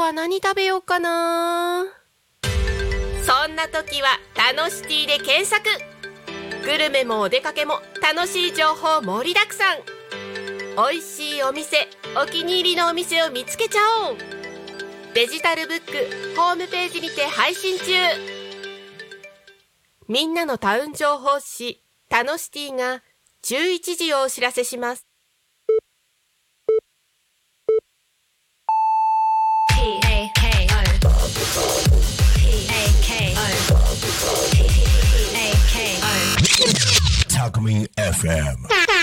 は何食べようかな。そんな時はタノシティで検索。グルメもお出かけも楽しい情報盛りだくさん。美味しいお店、お気に入りのお店を見つけちゃおう。デジタルブックホームページにて配信中。みんなのタウン情報誌タノシティが11時をお知らせします。 タコミン FM。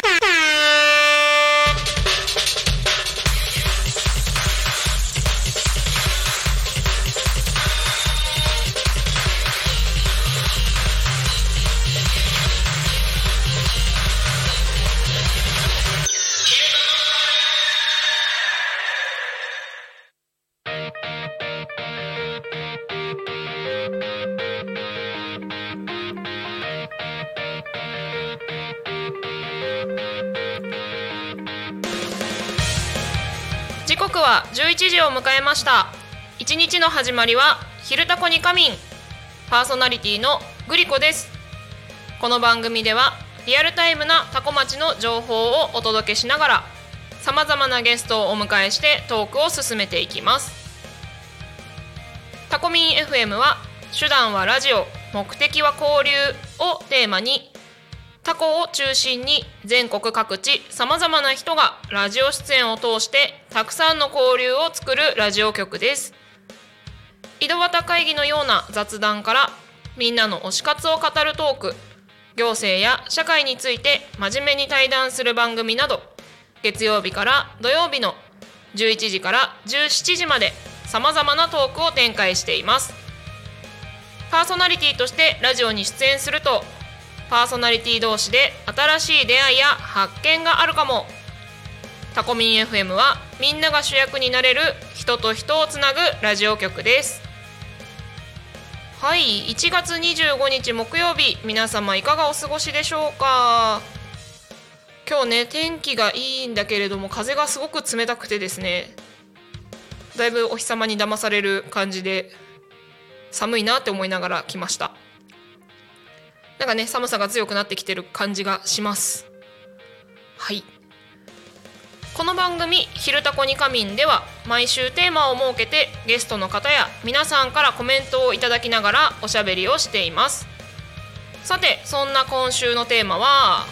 時刻は11時を迎えました。一日の始まりは昼タコに仮眠。パーソナリティのグリコです。この番組ではリアルタイムなタコ町の情報をお届けしながら、さまざまなゲストをお迎えしてトークを進めていきます。タコミン FM は手段はラジオ、目的は交流をテーマに、タコを中心に全国各地さまざまな人がラジオ出演を通してたくさんの交流を作るラジオ局です。井戸端会議のような雑談からみんなの推し活を語るトーク、行政や社会について真面目に対談する番組など、月曜日から土曜日の11時から17時までさまざまなトークを展開しています。パーソナリティとしてラジオに出演すると、パーソナリティ同士で新しい出会いや発見があるかも。タコミン FM はみんなが主役になれる人と人をつなぐラジオ局です。はい、1月25日木曜日、皆様いかがお過ごしでしょうか。今日ね、天気がいいんだけれども風がすごく冷たくてですね、だいぶお日様に騙される感じで寒いなって思いながら来ました。なんかね、寒さが強くなってきてる感じがします。はい。この番組昼タコに仮眠では毎週テーマを設けて、ゲストの方や皆さんからコメントをいただきながらおしゃべりをしています。さて、そんな今週のテーマは、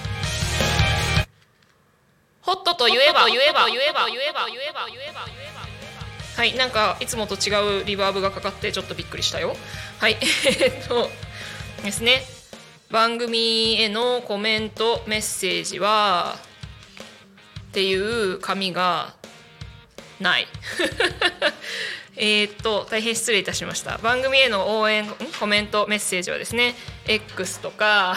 ホットと言えば。はい、なんかいつもと違うリバーブがかかってちょっとびっくりしたよ。はいですね、番組へのコメントメッセージはっていう紙がない大変失礼いたしました。番組への応援コメントメッセージはですね、 X とか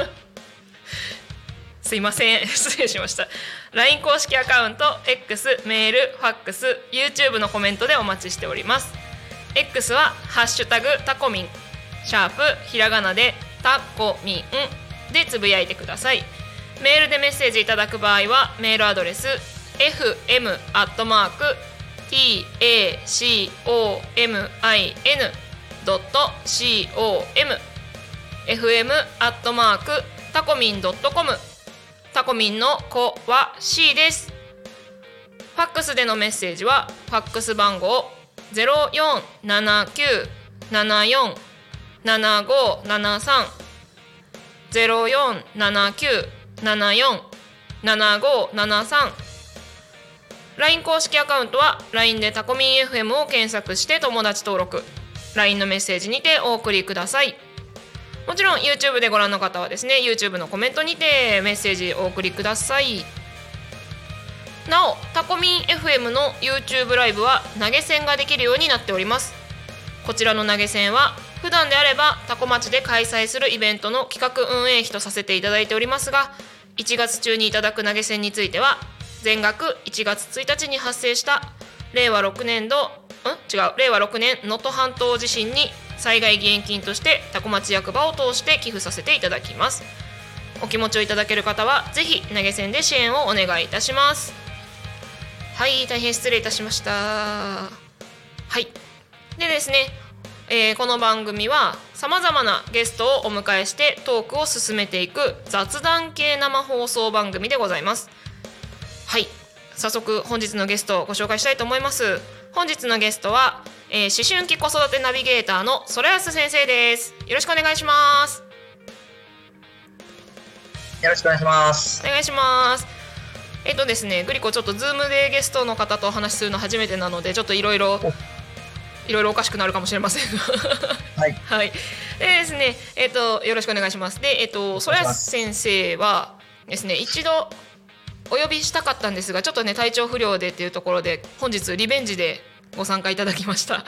すいません、失礼しました。 LINE 公式アカウント、 X、メール、ファックス、 YouTube のコメントでお待ちしております。 X はハッシュタグタコミン、シャープひらがなでタコミンでつぶやいてください。メールでメッセージいただく場合はメールアドレス fm@tacomin.com fm@tacomin.com、 タコミンの子は C です。ファックスでのメッセージはファックス番号 0479747573 0479747573。 LINE 公式アカウントは LINE でタコミン FM を検索して友達登録、 LINE のメッセージにてお送りください。もちろん YouTube でご覧の方はですね、 YouTube のコメントにてメッセージお送りください。なお、タコミン FM の YouTube ライブは投げ銭ができるようになっております。こちらの投げ銭は普段であればタコ町で開催するイベントの企画運営費とさせていただいておりますが、1月中にいただく投げ銭については全額1月1日に発生した令和6年能登半島地震に災害義援金としてタコ町役場を通して寄付させていただきます。お気持ちをいただける方はぜひ投げ銭で支援をお願いいたします。はい、大変失礼いたしました。ははい。でですね、この番組はさまざまなゲストをお迎えしてトークを進めていく雑談系生放送番組でございます。はい、早速本日のゲストをご紹介したいと思います。本日のゲストは、思春期子育てナビゲーターの空安先生です。よろしくお願いします。 よろしくお願いします。 お願いします。ですね、グリコちょっとズームでゲストの方とお話しするの初めてなので、ちょっといろいろおかしくなるかもしれませんがはい、 はい。でですね、よろしくお願いします。で、空安先生はですね、一度お呼びしたかったんですが、ちょっとね体調不良でっていうところで本日リベンジでご参加いただきました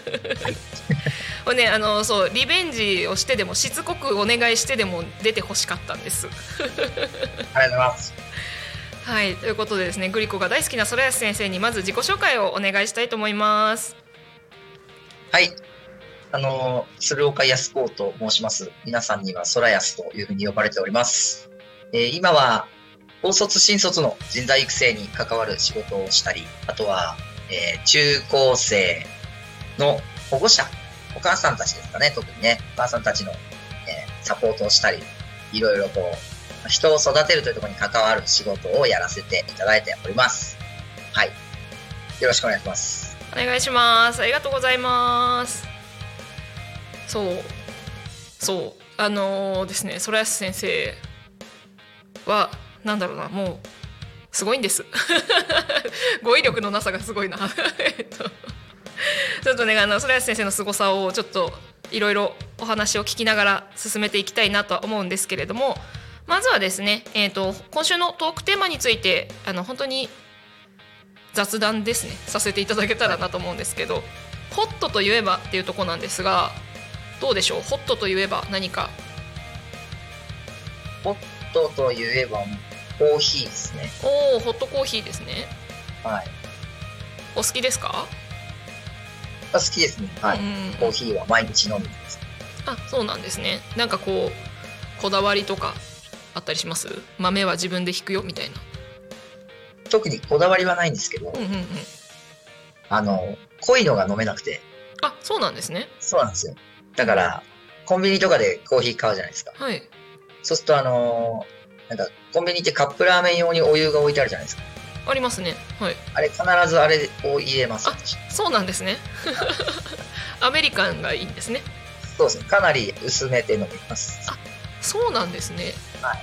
ね、そうリベンジをしてでもしつこくお願いしてでも出てほしかったんですありがとうございます。 はい、ということでですね、グリコが大好きな空安先生にまず自己紹介をお願いしたいと思います。 はい、鶴岡康子と申します。皆さんには空安というふうに呼ばれております。今は高卒新卒の人材育成に関わる仕事をしたり、あとは、中高生の保護者、お母さんたちですかね、特にね、お母さんたちの、サポートをしたり、いろいろこう人を育てるというところに関わる仕事をやらせていただいております。はい、よろしくお願いします。 お願いします。ありがとうございます。そうですね、空安先生はなんだろうな、もうすごいんです語彙力のなさがすごいなちょっとね、空安先生の凄さをちょっといろいろお話を聞きながら進めていきたいなとは思うんですけれども、まずはですね、今週のトークテーマについて本当に雑談ですねさせていただけたらなと思うんですけど、ホットといえばっていうところなんですが、どうでしょう、ホットといえば何か。 ホットといえばコーヒーですね。 おー、ホットコーヒーですね。 はい。 お好きですか？ 好きですね。はい。コーヒーは毎日飲んでます。 あ、そうなんですね。なんかこうこだわりとかあったりします？豆は自分でひくよみたいな。 特にこだわりはないんですけど、濃いのが飲めなくて。 あ、そうなんですね。 そうなんですよ。だからコンビニとかでコーヒー買うじゃないですか。 はい。 そうするとなんかコンビニってカップラーメン用にお湯が置いてあるじゃないですか。 ありますね。はい。 あれ必ずあれを入れます。 あ、そうなんですね。アメリカンがいいんですね。 そうですね。かなり薄めて飲みます。 あ、そうなんですね。 はい。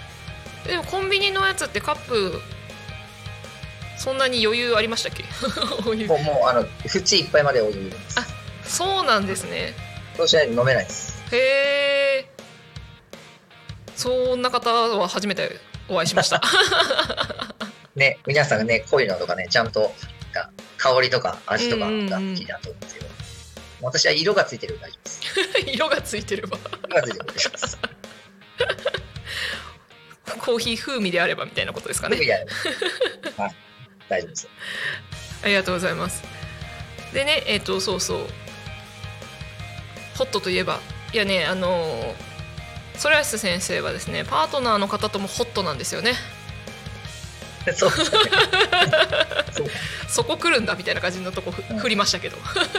でもコンビニのやつってカップそんなに余裕ありましたっけ？お湯。 もう縁いっぱいまでお湯入れます。 あ、そうなんですね。 そうしないと飲めないです。 へえ。そんな方は初めてお会いしましたね、皆さんがね、濃いのとかね、ちゃんと香りとか味とかが好きだと思うんですけど、私は色がついてる大丈夫です。 色がついてれば色がついてる大丈夫ですコーヒー風味であればみたいなことですかね。 風味であれば、はい、大丈夫です。 ありがとうございます。でね、そうそう、ホットといえば、いやね、空安先生はですね、パートナーの方ともホットなんですよね。 そうですねそこ来るんだみたいな感じのとこ振りましたけど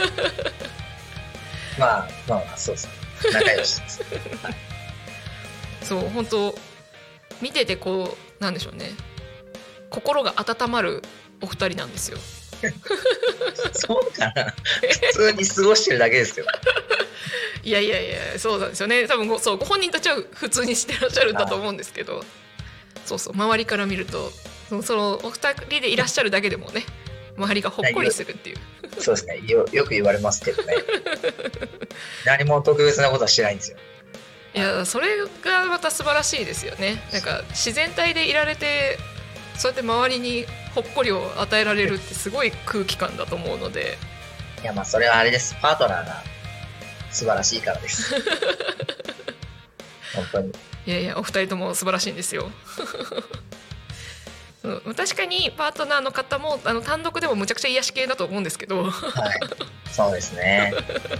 まあそうですね、仲良しです、はい、 そう本当見ててこうなんでしょうね、心が温まるお二人なんですよそうかな普通に過ごしてるだけですよいやそうなんですよね。多分そうご本人たちは普通にしてらっしゃるんだと思うんですけど、そう周りから見るとそのお二人でいらっしゃるだけでもね、周りがほっこりするっていう。 そうですね、よく言われますけどね何も特別なことはしてないんですよ。 いや、それがまた素晴らしいですよね。なんか自然体でいられて、そうやって周りにほっこりを与えられるってすごい空気感だと思うので。 いや、まあそれはあれです、パートナーが素晴らしいからです本当に。 いやお二人とも素晴らしいんですよ確かにパートナーの方も単独でもむちゃくちゃ癒し系だと思うんですけどはいそうですね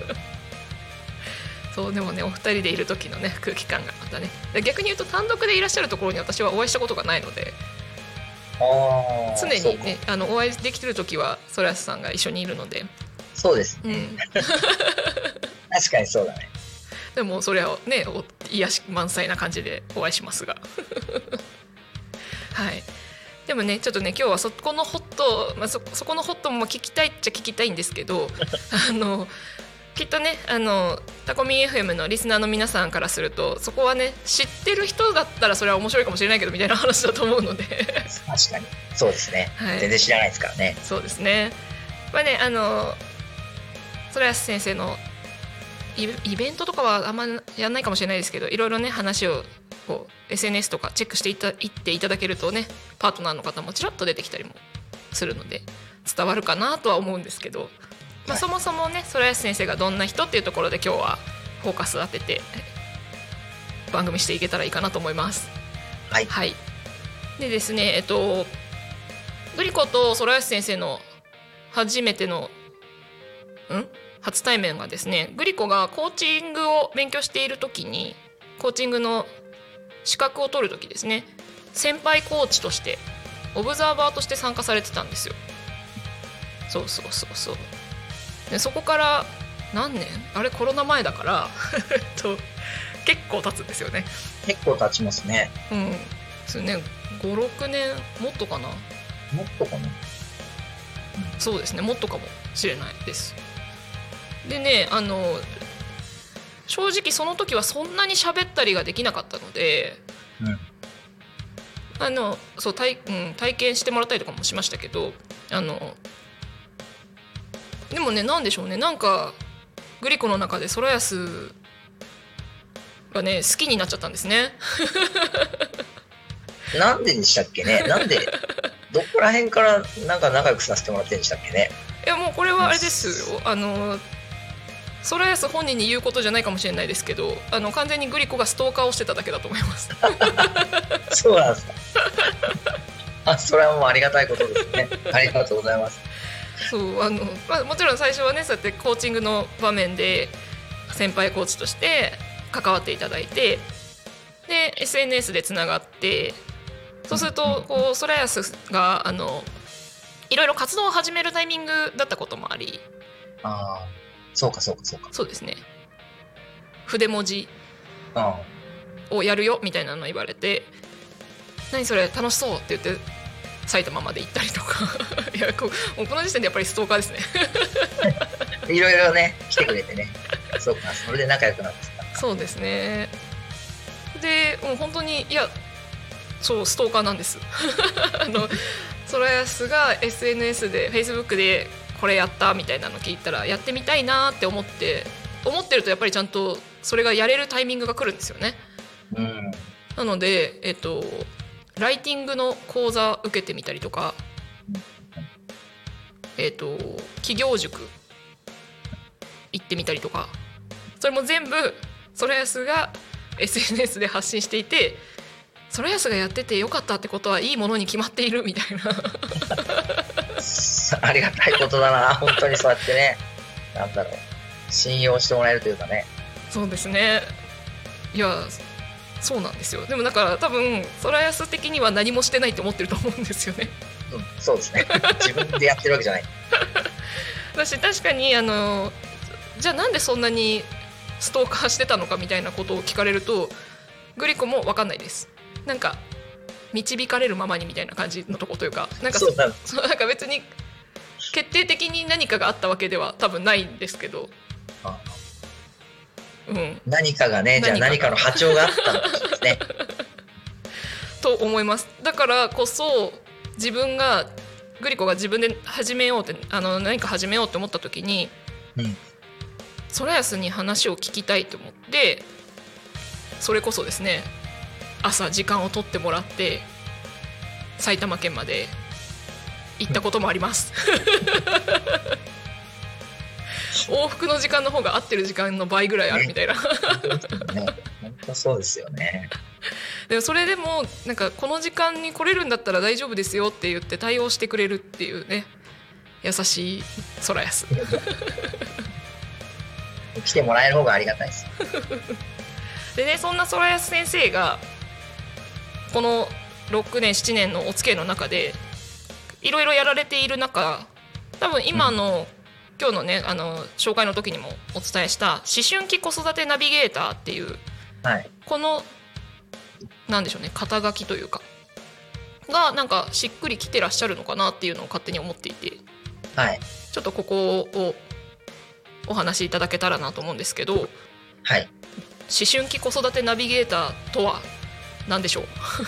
そうでもね、お二人でいる時のね空気感がまたね、逆に言うと単独でいらっしゃるところに私はお会いしたことがないので、常にねお会いできてる時は空安さんが一緒にいるので、 そうですね。 うん、 確かにそうだね。 でもそれはね癒し満載な感じでお会いしますがはい。でもねちょっとね今日はそこのホット、そこのホットも聞きたいっちゃ聞きたいんですけどきっとねタコミン FM のリスナーの皆さんからするとそこはね知ってる人だったらそれは面白いかもしれないけどみたいな話だと思うので確かにそうですね、 はい、 全然知らないですからね。 そうですね。まあね空安先生のイベントとかはあんまやんないかもしれないですけどいろいろね話をこう SNS とかチェックしていっていただけるとねパートナーの方もちらっと出てきたりもするので伝わるかなとは思うんですけど、そもそもね空安先生がどんな人っていうところで今日はフォーカス当てて番組していけたらいいかなと思います。 はい、 はい、でですねグリコと空安先生の初めての初対面がですねグリコがコーチングを勉強している時にコーチングの資格を取る時ですね先輩コーチとしてオブザーバーとして参加されてたんですよ。そうでそこから何年あれコロナ前だから結構経つんですよね。 結構経ちますね。 そうね 5,6 年もっとかな。 もっとかな、 そうですねもっとかもしれないです。でね正直その時はそんなに喋ったりができなかったので、そう体験してもらったりとかもしましたけどでもねなんでしょうねなんかグリコの中で空安がね好きになっちゃったんですねなんででしたっけね。なんでどこら辺からなんか仲良くさせてもらってるんでしたっけね。 いやもうこれはあれですよ空安本人に言うことじゃないかもしれないですけど完全にグリコがストーカーをしてただけだと思いますそうなんですかそれはもうありがたいことですね。ありがとうございます。 そうもちろん最初はねそうやってコーチングの場面で先輩コーチとして関わっていただいてで SNS でつながってそうするとこう空安がいろいろ活動を始めるタイミングだったこともありそうですね筆文字をやるよみたいなの言われて何それ楽しそうって言って埼玉まで行ったりとかいやこの時点でやっぱりストーカーですねいろいろね来てくれてねそうかそれで仲良くなってた。 そうですね。でもう本当にいやそうストーカーなんです空安が SNS で Facebook でこれやったみたいなの聞いたらやってみたいなって思ってるとやっぱりちゃんとそれがやれるタイミングが来るんですよね。なのでライティングの講座受けてみたりとか企業塾行ってみたりとかそれも全部空安が SNS で発信していて空安がやっててよかったってことはいいものに決まっているみたいなありがたいことだな本当にそうやってねなんだろう信用してもらえるというかね。 そうですね。いやそうなんですよ。でもだから多分空安的には何もしてないって思ってると思うんですよね。 そうですね自分でやってるわけじゃない私確かにじゃあなんでそんなにストーカーしてたのかみたいなことを聞かれるとグリコも分かんないです。なんか導かれるままにみたいな感じのとこというかなんかなんか別に決定的に何かがあったわけでは多分ないんですけど何かがねじゃあ何かの波長があったのかもしれないですねと思います。だからこそグリコが自分で始めようって何か始めようって思った時に、空安に話を聞きたいと思ってそれこそですね朝時間を取ってもらって埼玉県まで行ったこともあります往復の時間の方が合ってる時間の倍ぐらいあるみたいな本当そうですよね。 でもそれでもなんかこの時間に来れるんだったら大丈夫ですよって言って対応してくれるっていうね優しい空安来てもらえる方がありがたいですでねそんな空安先生がこの6年7年のお付き合いの中でいろいろやられている中多分今の今日のね紹介の時にもお伝えした思春期子育てナビゲーターっていう、 はい、 このなんでしょうね、肩書きというかがなんかしっくりきてらっしゃるのかなっていうのを勝手に思っていて、 はい、 ちょっとここをお話しいただけたらなと思うんですけど、 はい、 思春期子育てナビゲーターとは何でしょ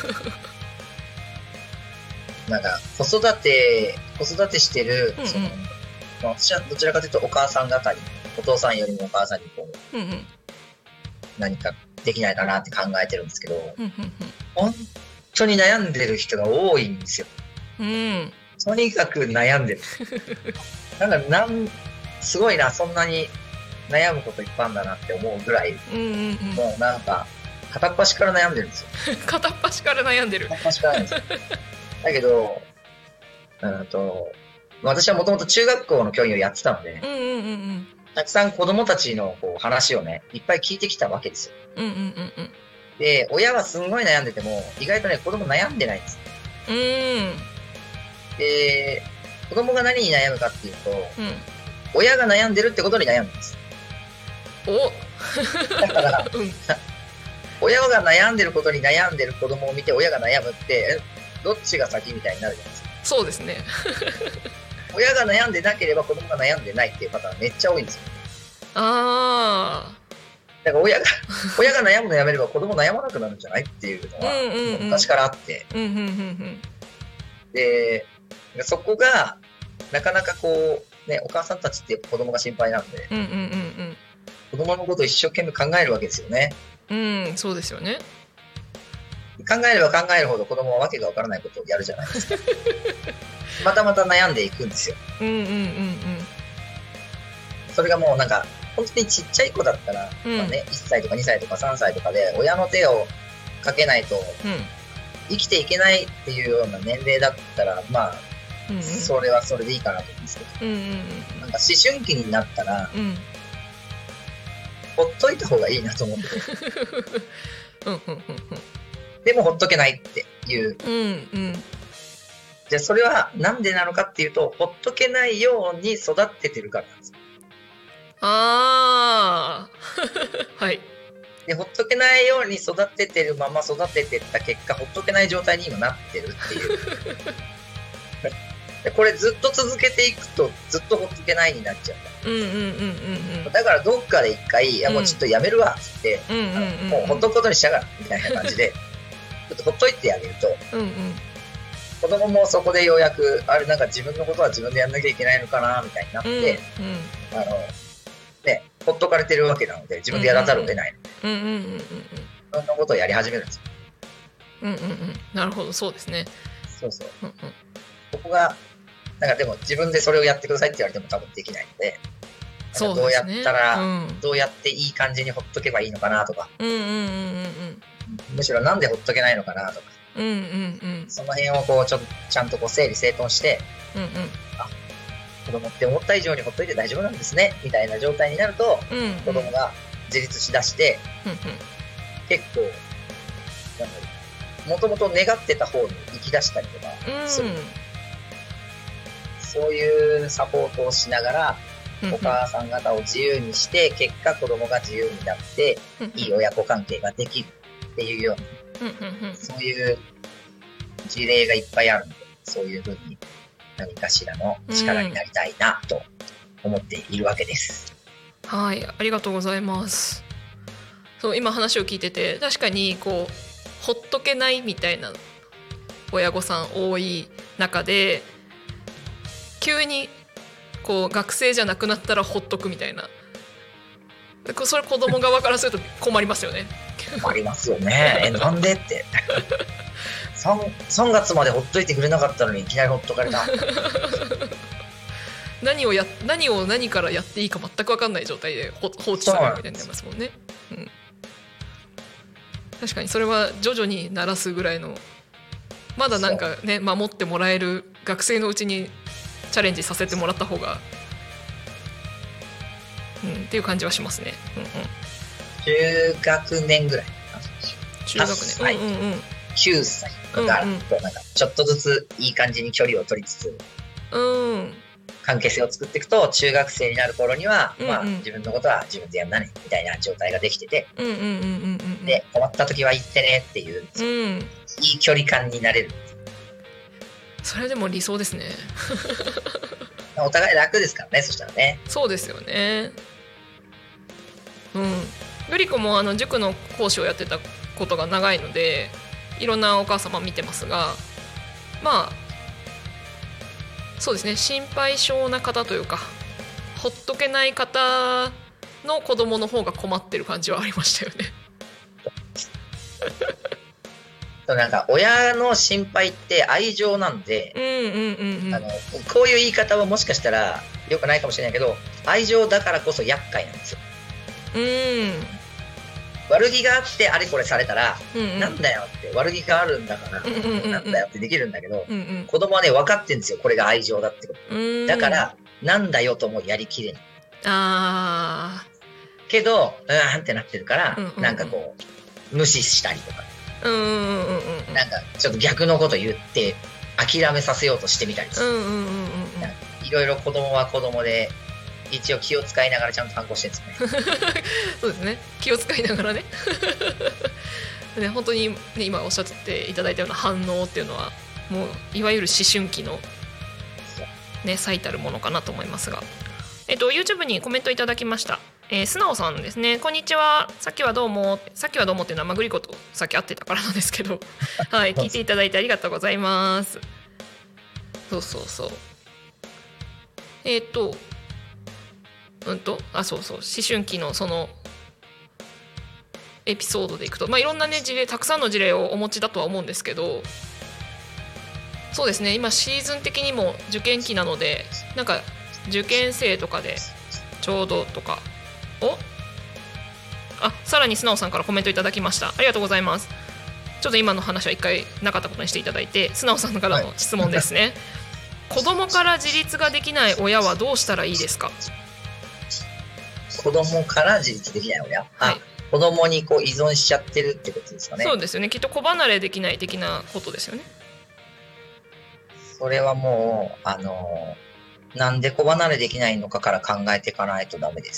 うなんか子育てしてる、私はどちらかというとお母さん方に、お父さんよりもお母さんにこう、何かできないかなって考えてるんですけど、本当に悩んでる人が多いんですよ。とにかく悩んでる。すごいな、そんなに悩むこといっぱいあるんだなって思うぐらい、もうなんか片っ端から悩んでるんですよ。片っ端から悩んでる。片っ端から悩んでる。だけど、私はもともと中学校の教員をやってたので、たくさん子供たちのこう話をね、いっぱい聞いてきたわけですよ。で、親はすんごい悩んでても、意外とね、子供悩んでないんです。で、子供が何に悩むかっていうと、親が悩んでるってことに悩むんです。だから、親が悩んでることに悩んでる子供を見て親が悩むって、どっちが先みたいになるじゃないですか。そうですね。親が悩んでなければ子供が悩んでないっていうパターンめっちゃ多いんですよ。だから親が悩むのやめれば子供悩まなくなるんじゃないっていうのは昔からあって、でそこがなかなかこうね、お母さんたちって子供が心配なんで、子供のことを一生懸命考えるわけですよね。そうですよね。考えれば考えるほど子供はわけがわからないことをやるじゃないですか。またまた悩んでいくんですよ。それがもうなんか本当にちっちゃい子だったら、1歳とか2歳とか3歳とかで親の手をかけないと生きていけないっていうような年齢だったら、まあそれはそれでいいかなと思うんですけど、なんか思春期になったら、ほっといた方がいいなと思って。でもほっとけないっていう。じゃあそれはなんでなのかっていうと、ほっとけないように育ててるからなんですよ。はい。で、ほっとけないように育ててるまま育ててった結果、ほっとけない状態に今なってるっていう。でこれずっと続けていくとずっとほっとけないになっちゃう。だからどっかで一回、いやもうちょっとやめるわっつって、もうほっとくことにしたからみたいな感じで、ちょっとほっといてあげると、子供もそこでようやく、あれなんか自分のことは自分でやんなきゃいけないのかなみたいになって、ね、ほっとかれてるわけなので、自分でやらざるを得ないので、そんなことをやり始めるんですよ。なるほど、そうですね。そう。ここが、なんかでも自分でそれをやってくださいって言われても多分できないので、どうやったら、どうやっていい感じにほっとけばいいのかなとか、むしろなんでほっとけないのかなとか、その辺をこうちゃんとこう整理整頓して、子供って思った以上にほっといて大丈夫なんですねみたいな状態になると、子供が自立しだして、結構もともと願ってた方に行き出したりとかする、そういうサポートをしながら、お母さん方を自由にして結果子供が自由になって、いい親子関係ができるっていうような、そういう事例がいっぱいあるので、そういうふうに何かしらの力になりたいなと思っているわけです。 はい、ありがとうございます。そう、今話を聞いてて確かにこうほっとけないみたいな親御さん多い中で、急にこう学生じゃなくなったらほっとくみたいな、それ子供側からすると困りますよね。 困りますよね。なんでって3月までほっといてくれなかったのにいきなりほっとかれた。 何からやっていいか全く分かんない状態で放置されるみたいになりますもんね。確かにそれは徐々に慣らすぐらいの、まだなんかね守ってもらえる学生のうちにチャレンジさせてもらった方が、っていう感じはしますね。 中学年ぐらい。 中学年。 9歳とか、なんかちょっとずついい感じに距離を取りつつ、 関係性を作っていくと、中学生になる頃には、 うんうんまあ自分のことは自分でやんなねみたいな状態ができてて、 うんうんうんうんうんで困った時は言ってねっていう、 うんいい距離感になれる。 それでも理想ですね。 お互い楽ですからね、そしたらね。 そうですよね。グリコも塾の講師をやってたことが長いので、いろんなお母様見てますが、まあそうですね、心配性な方というかほっとけない方の子供の方が困ってる感じはありましたよね。 なんか親の心配って愛情なんで、こういう言い方はもしかしたら良くないかもしれないけど、愛情だからこそ厄介なんですよ。悪気があってあれこれされたら、なんだよって、悪気があるんだから、なんだよってできるんだけど、子供はね分かってんですよ、これが愛情だってこと。だからなんだよともやりきれない。けどってなってるから、なんかこう無視したりとか、なんかちょっと逆のこと言って諦めさせようとしてみたりする。いろいろ子供は子供で一応気を使いながらちゃんと反抗してるんですね。 そうですね、気を使いながらね。ね、本当に、ね、今おっしゃっていただいたような反応っていうのはもういわゆる思春期の、ね、最たるものかなと思いますが、YouTube にコメントいただきました。素直さんですね。こんにちは。さっきはどうもっていうのはグリコとさっき会ってたからなんですけど、はい、聞いていただいてありがとうございます。そう思春期のそのエピソードでいくと、いろんなね事例、たくさんの事例をお持ちだとは思うんですけど、そうですね、今シーズン的にも受験期なので、なんか受験生とかでちょうどとかさらに素直さんからコメントいただきました。ありがとうございます。ちょっと今の話は一回なかったことにしていただいて、素直さんからの質問ですね。子供から自立ができない親はどうしたらいいですか？ 子供から自立できない親、子供にこう依存しちゃってるってことですかね。 そうですよね、きっと子離れできない的なことですよね。 それはもうなんで子離れできないのかから考えていかないとダメです。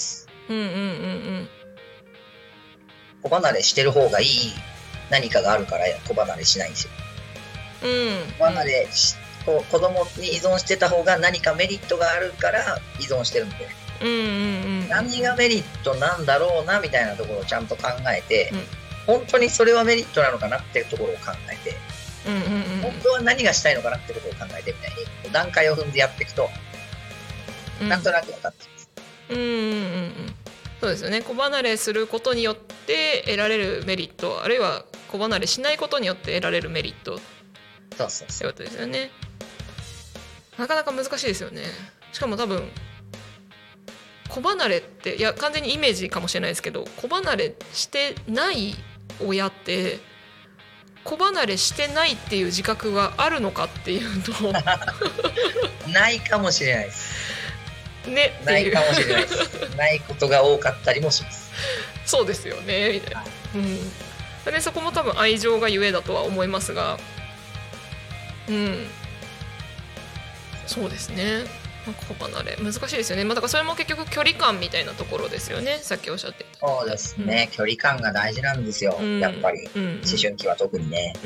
子離れしてる方がいい何かがあるから子離れしないんですよ。子離れ子供に依存してた方が何かメリットがあるから依存してるんで、何がメリットなんだろうなみたいなところをちゃんと考えて、本当にそれはメリットなのかなっていうところを考えて、本当は何がしたいのかなってことを考えてみたいに段階を踏んでやっていくと、なんとなく分かってきます。 そうですよね、子離れすることによって得られるメリット、あるいは子離れしないことによって得られるメリットってことですよね。なかなか難しいですよね。しかも多分子離れって、いや完全にイメージかもしれないですけど、子離れしてない親って子離れしてないっていう自覚があるのかっていうとないかもしれないですね。 ないかもしれないです。ないことが多かったりもします。 そうですよねみたいな、でそこも多分愛情がゆえだとは思いますが、そうですね、子離れ難しいですよね。だからそれも結局距離感みたいなところですよね、さっきおっしゃってた。 そうですね、距離感が大事なんですよ、やっぱり、思春期は特にね。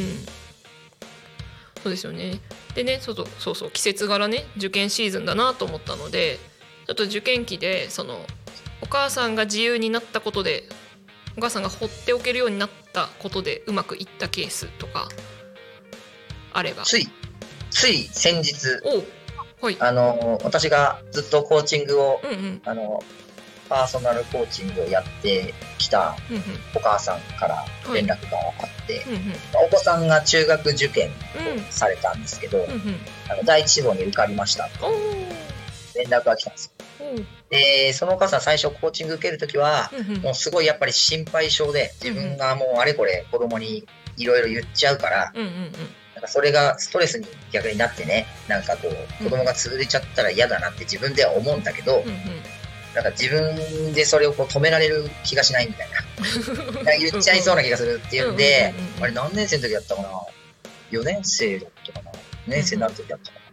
そうですよね。でね、そう季節柄ね、受験シーズンだなと思ったので、ちょっと受験期でそのお母さんが自由になったことで、お母さんが放っておけるようになったことでうまくいったケースとかあれば。 つい先日、 はい、 私がずっとコーチングを、パーソナルコーチングをやってきたお母さんから連絡があって、お子さんが中学受験をされたんですけど、第一志望に受かりましたと連絡が来たんですよ。でそのお母さん最初コーチング受けるときは、もうすごいやっぱり心配性で、自分がもうあれこれ子供にいろいろ言っちゃうから、なんかそれがストレスに逆になってね、なんかこう子供が潰れちゃったら嫌だなって自分では思うんだけど、なんか自分でそれをこう止められる気がしないみたいな言っちゃいそうな気がするっていうんで、あれ何年生の時だったかな、4年生だったかな、2年生になる時だったかな、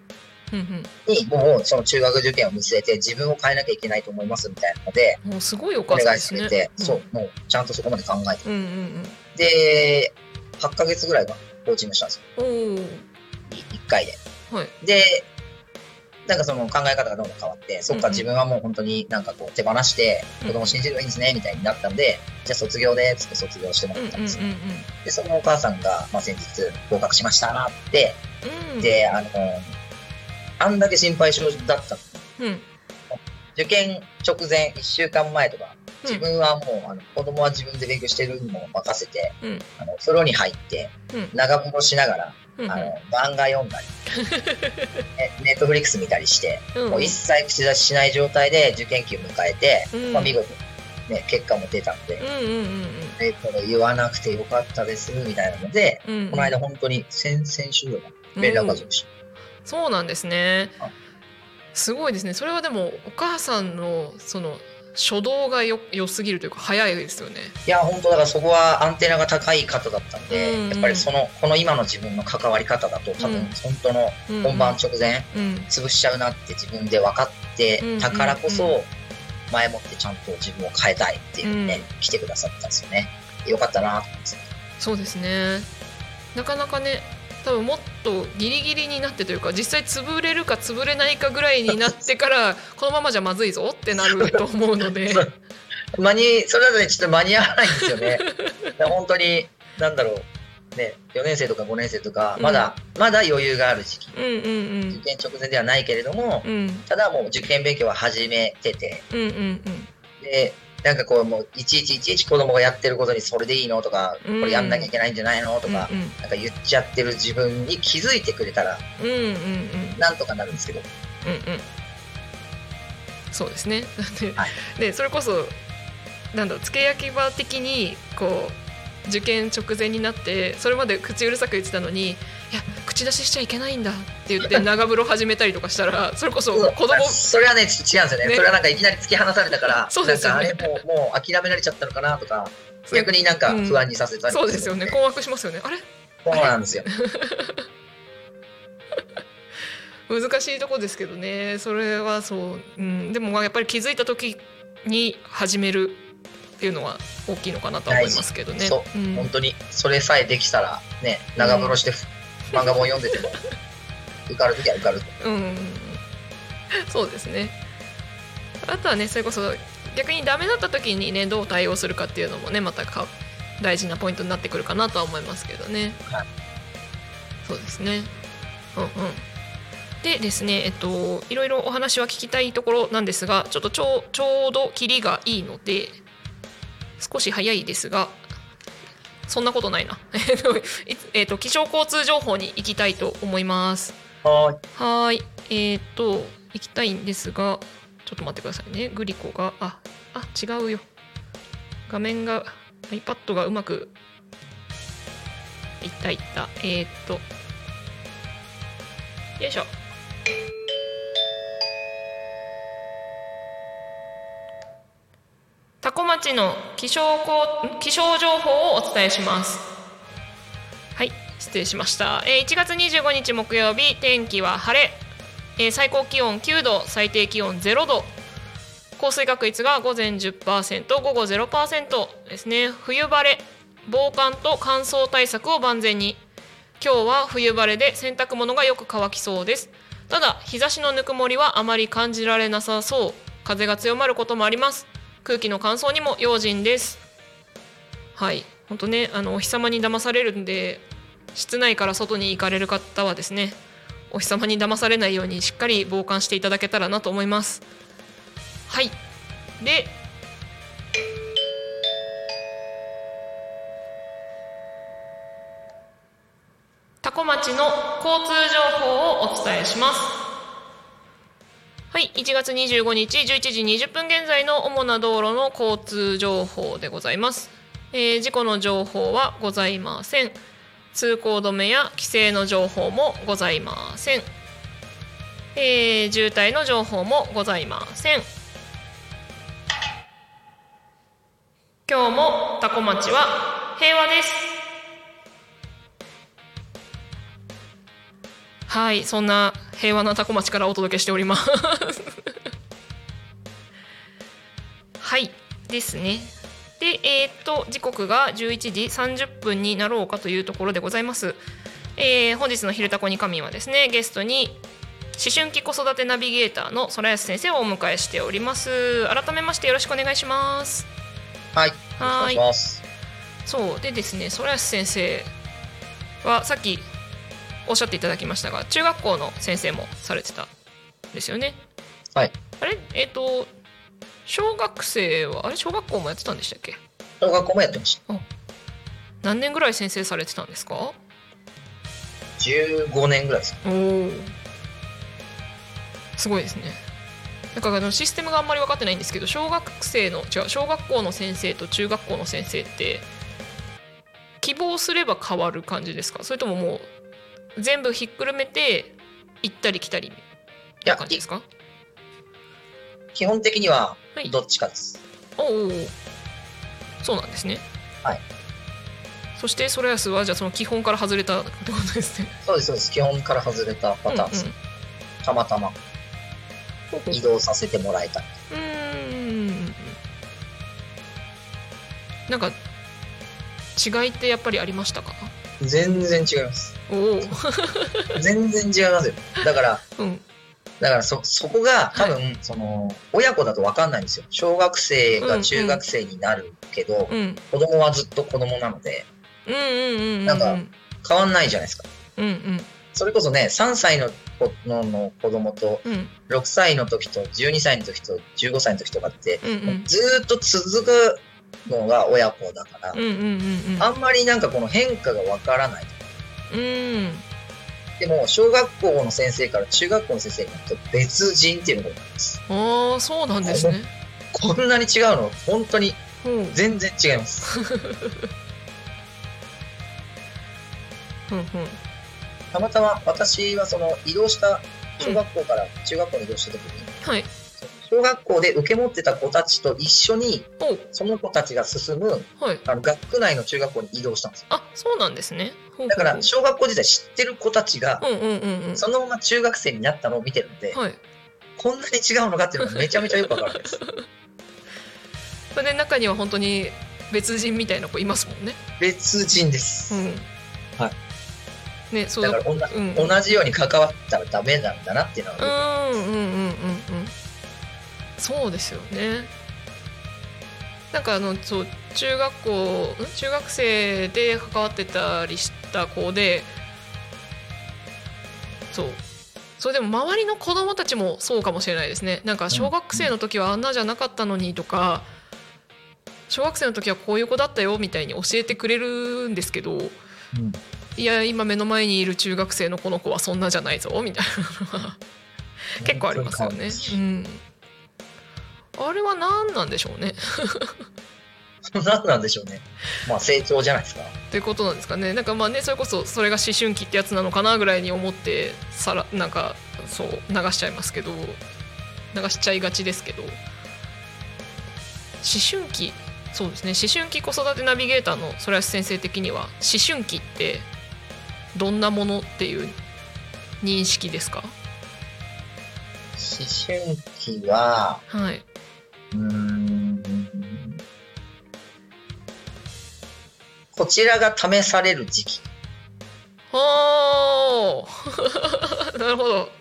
に、もうその中学受験を見据えて自分を変えなきゃいけないと思いますみたいなので、 もうすごいおお母さんですね。 願いされて、そう、もうちゃんとそこまで考えて。 うんうんうん。 で、8ヶ月ぐらいはコーチングしたんですよ。 おー。 1回で。 はい。 で、なんかその考え方がどんどん変わって、そっか自分はもう本当になんかこう手放して子供を信じればいいんですね、みたいになったんで、じゃあ卒業で、つって卒業してもらったんですよ。で、そのお母さんが、まあ、先日合格しましたって、で、あんだけ心配性だったの、受験直前1週間前とか、自分はもう子供は自分で勉強してるのを任せて、風呂に入って、長風呂しながら、漫画読んだり、ネットフリックス見たりして、もう一切口出ししない状態で受験期を迎えて、まあ、見事、ね、結果も出たので、これ言わなくてよかったです、みたいなので、この間本当に先々週ぐらい連絡が来ました。 そうなんですね。すごいですね。それはでもお母さんのその初動が良すぎるというか早いですよね。いや本当だからそこはアンテナが高い方だったんで、やっぱりこの今の自分の関わり方だと多分本当の本番直前潰しちゃうなって自分で分かってたからこそ前もってちゃんと自分を変えたいっていうね、来てくださったんですよね。よかったなと思います。 そうですね。なかなかね、多分もっとギリギリになってというか実際潰れるか潰れないかぐらいになってからこのままじゃまずいぞってなると思うのでそれだとねちょっと間に合わないんですよね。本当になんだろうね、4年生とか5年生とかまだ余裕がある時期、受験直前ではないけれども、ただもう受験勉強は始めてて、でなんかこうもういちいち子供がやってることにそれでいいのとか、これやんなきゃいけないんじゃないのとか、なんか言っちゃってる自分に気づいてくれたら、なんとかなるんですけど。 そうですね。でそれこそなんだろう、付け焼き場的にこう受験直前になってそれまで口うるさく言ってたのに、いや口出ししちゃいけないんだって言って長風呂始めたりとかしたらそれこそ子供それはね違うんですよ ね。それはなんかいきなり突き放されたからそうですよ、ね、 なんかあれもう諦められちゃったのかなとか逆になんか不安にさせたり、 そうですよね。困惑しますよね。あれそうなんですよ難しいとこですけどね。それはそう、でもやっぱり気づいた時に始めるっていうのは大きいのかなと思いますけどね。 そう、本当にそれさえできたらね、長風呂して、漫画本読んでても受かるときは受かると。 そうですね。あとはね、それこそ逆にダメだった時にねどう対応するかっていうのもねまた大事なポイントになってくるかなとは思いますけどね。そうですね。でですね、いろいろお話は聞きたいところなんですが、ちょっとちょうどキリがいいので少し早いですが、そんなことないな気象交通情報に行きたいと思います。はい。行きたいんですが、ちょっと待ってくださいね。グリコが違うよ。画面が iPad がうまくいった。よいしょ。多古町の気象情報をお伝えします。はい、失礼しました。1月25日木曜日、天気は晴れ、最高気温9度、最低気温0度、降水確率が午前 10%、午後 0% ですね。冬晴れ、防寒と乾燥対策を万全に。今日は冬晴れで洗濯物がよく乾きそうです。ただ日差しのぬくもりはあまり感じられなさそう。風が強まることもあります。空気の乾燥にも用心です。はい、本当ね、お日様に騙されるんで、室内から外に行かれる方はですね、お日様に騙されないようにしっかり防寒していただけたらなと思います。はい。で、多古町の交通情報をお伝えします。はい、1月25日11時20分現在の主な道路の交通情報でございます。事故の情報はございません。通行止めや規制の情報もございません。渋滞の情報もございません。今日も多古町は平和です。 はい、そんな平和な多古町からお届けしておりますはいですね。で、時刻が11時30分になろうかというところでございます。本日の昼タコに神はですね、ゲストに思春期子育てナビゲーターの空安先生をお迎えしております。改めましてよろしくお願いします。 はい、お願いします。 そうでですね、空安先生はさっきおっしゃっていただきましたが、中学校の先生もされてたんですよね。 はい。 あれ、小学生は小学校もやってたんでしたっけ？ 小学校もやってました。 何年ぐらい先生されてたんですか ？15年ぐらいです。 おー、すごいですね。なんかシステムがあんまり分かってないんですけど、小学校の先生と中学校の先生って希望すれば変わる感じですか？それとももう全部ひっくるめて行ったり来たりな感じですか？ 基本的にはどっちかです。 はい、おお、そうなんですね。 はい。 そしてソラヤスはじゃあその基本から外れたってことですね。 そうですそうです。基本から外れたパターンです。たまたま移動させてもらえた。なんか違いってやっぱりありましたか？ 全然違います。全然違いますよ。だから、そこが多分、親子だと分かんないんですよ。小学生が中学生になるけど、子供はずっと子供なので、なんか変わんないじゃないですか。それこそね、3歳の子供と、6歳の時と12歳の時と15歳の時とかって、ずっと続くのが親子だから、あんまりなんかこの変化が分からない。でも小学校の先生から中学校の先生になると別人っていうのがあります。 ああ、そうなんですね。 こんなに違うの本当に全然違います。たまたま私は移動した小学校から中学校に移動した時に、小学校で受け持ってた子たちと一緒にその子たちが進む、学区内の中学校に移動したんですよ。 あ、そうなんですね。 だから小学校時代知ってる子たちがそのまま中学生になったのを見てるので、こんなに違うのかっていうのがめちゃめちゃよくわかるんです。 それで中には本当に別人みたいな子いますもんね。 別人です。はいね、 だから同じように関わったらダメなんだなっていうのはそうですよね。なんかそう中学生で関わってたりした子で、それでも周りの子供たちもそうかもしれないですね。なんか小学生の時はあんなじゃなかったのにとか、小学生の時はこういう子だったよみたいに教えてくれるんですけど、いや今目の前にいる中学生のこの子はそんなじゃないぞみたいなのは結構ありますよね。あれは何なんでしょうね。 何なんでしょうね。まあ成長じゃないですか。 っていうことなんですかね。なんかまあね、それこそそれが思春期ってやつなのかなぐらいに思ってなんかそう流しちゃいますけど、流しちゃいがちですけど、思春期、そうですね、思春期子育てナビゲーターの空安先生的には思春期ってどんなものっていう認識ですか？ 思春期は、こちらが試される時期。 なるほど。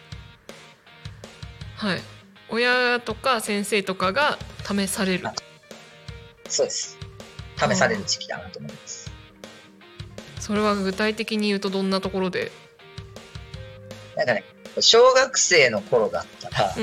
はい。親とか先生とかが試される。 そうです。試される時期だなと思います。 それは具体的に言うとどんなところで？ なんかね、小学生の頃だったら、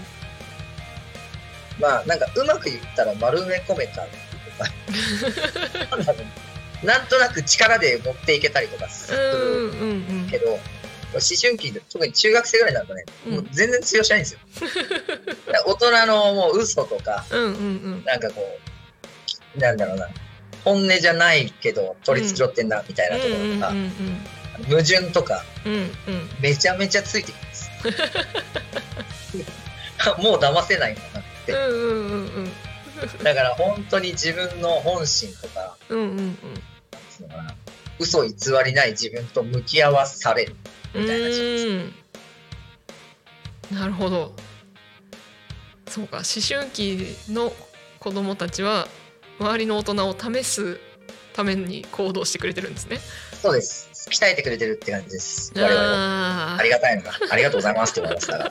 まあなんかうまく言ったら丸め込めたりとかなんとなく力で持っていけたりとかするけど、思春期で特に中学生ぐらいになるとね、もう全然通用しないんですよ。大人のもう嘘とか、なんかこうなんだろうな、本音じゃないけど取り繕ってんなみたいなところとか、矛盾とか、めちゃめちゃついてきます。もう騙せないんだなって。だから本当に自分の本心とか、嘘偽りない自分と向き合わされる。 みたいな人です。 なるほど。そうか、思春期の子供たちは周りの大人を試すために行動してくれてるんですね。 そうです。鍛えてくれてるって感じです。我々はありがたいのがありがとうございますって思いますから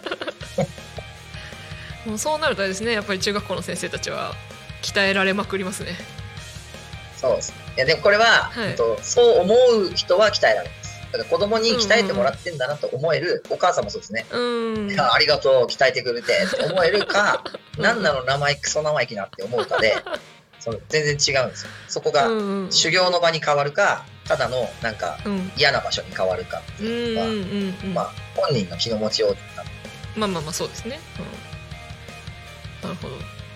もうそうなるとですね、やっぱり中学校の先生たちは鍛えられまくりますね。 そうです。いやでもこれは、そう思う人は鍛えられます。だから子供に鍛えてもらってんだなと思える、お母さんもそうですね。ありがとう、鍛えてくれてって思えるか、なんなのクソ生意気なって思うかで、全然違うんですよ。そこが修行の場に変わるか、ただのなんか嫌な場所に変わるかっていうのは、本人の気の持ちようまあそうですね。なるほど。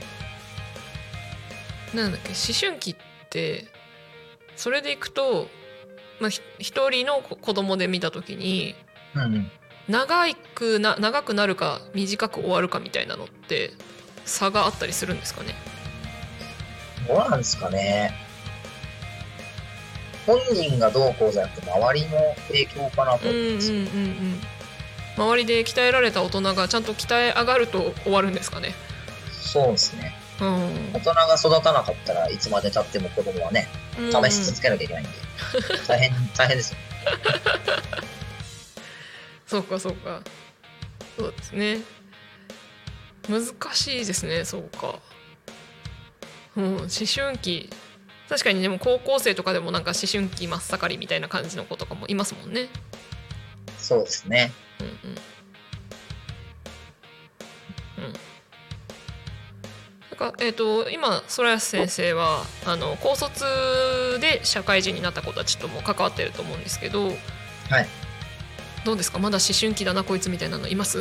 なんだっけ、思春期ってそれでいくと、一人の子供で見た時に、長くなるか短く終わるかみたいなのって差があったりするんですかね。 どうなんですかね。本人がどうこうじゃなくて周りの影響かなと思うんですよ。 周りで鍛えられた大人がちゃんと鍛え上がると終わるんですかね。 そうですね。大人が育たなかったらいつまで経っても子供はね、試し続けなきゃいけないんで、大変ですよ。 そうか。そうですね。難しいですね。そうか。思春期、確かに。でも高校生とかでもなんか思春期真っ盛りみたいな感じの子とかもいますもんね。 そうですね。 なんか今空安先生は高卒で社会人になった子たちとも関わってると思うんですけど、 はい、 どうですか。まだ思春期だなこいつみたいなのいます？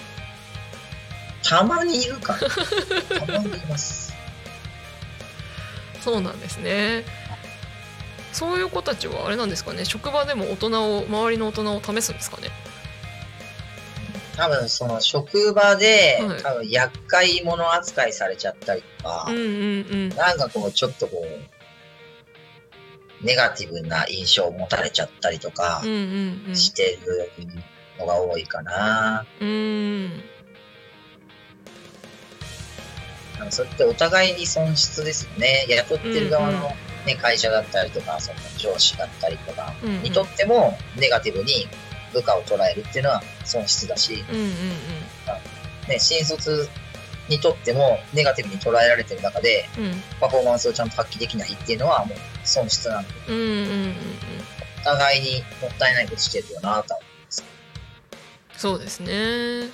たまにいるかな。たまにいます。 そうなんですね。そういう子たちはあれなんですかね、職場でも周りの大人を試すんですかね。 多分その職場で、多分厄介者扱いされちゃったりとか、なんかこうちょっとこうネガティブな印象を持たれちゃったりとかしてるのが多いかな。それってお互いに損失ですよね。雇ってる側の、会社だったりとか、その上司だったりとかにとってもネガティブに部下を捉えるっていうのは損失だし、新卒にとってもネガティブに捉えられてる中で、パフォーマンスをちゃんと発揮できないっていうのはもう損失なんで、お互いにもったいないことしてるよなと思います。 そうですね。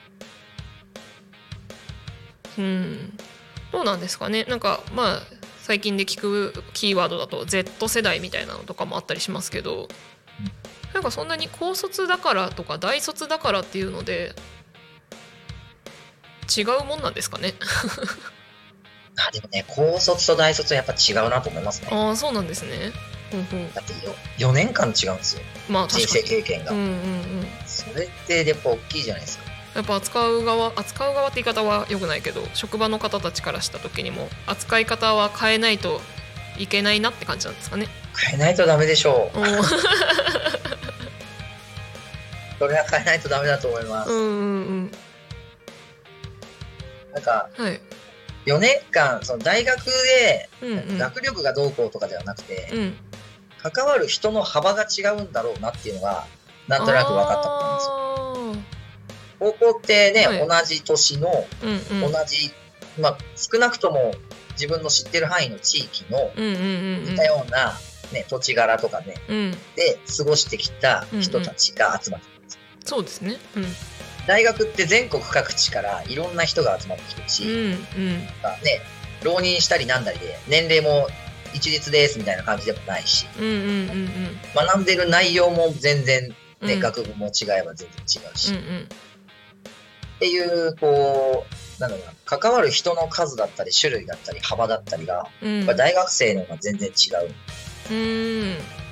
どうなんですかね。なんか最近で聞くキーワードだと Z 世代みたいなのとかもあったりしますけど、なんかそんなに高卒だからとか大卒だからっていうので違うもんなんですかね。 でもね、高卒と大卒はやっぱ違うなと思いますね。 そうなんですね。 だって4年間違うんですよ、人生経験が。それってやっぱ大きいじゃないですか。 やっぱ扱う側って言い方は良くないけど、職場の方たちからした時にも扱い方は変えないといけないなって感じなんですかね。 変えないとダメでしょう。それは変えないとダメだと思います。なんか、4年間その大学で学力がどうこうとかではなくて、関わる人の幅が違うんだろうなっていうのがなんとなく分かったことなんですよ。高校ってね、同じ年の、同じ、少なくとも自分の知ってる範囲の地域の似たような、土地柄とかね、で過ごしてきた人たちが集まってくるんですよ。 そうですね。 大学って全国各地からいろんな人が集まってきてるし、浪人したりなんだりで年齢も一律ですみたいな感じでもないし、学んでる内容も全然、学部も違えば全然違うし、っていう、こう、なんだろうな、関わる人の数だったり、種類だったり、幅だったりが、やっぱ大学生の方が全然違う。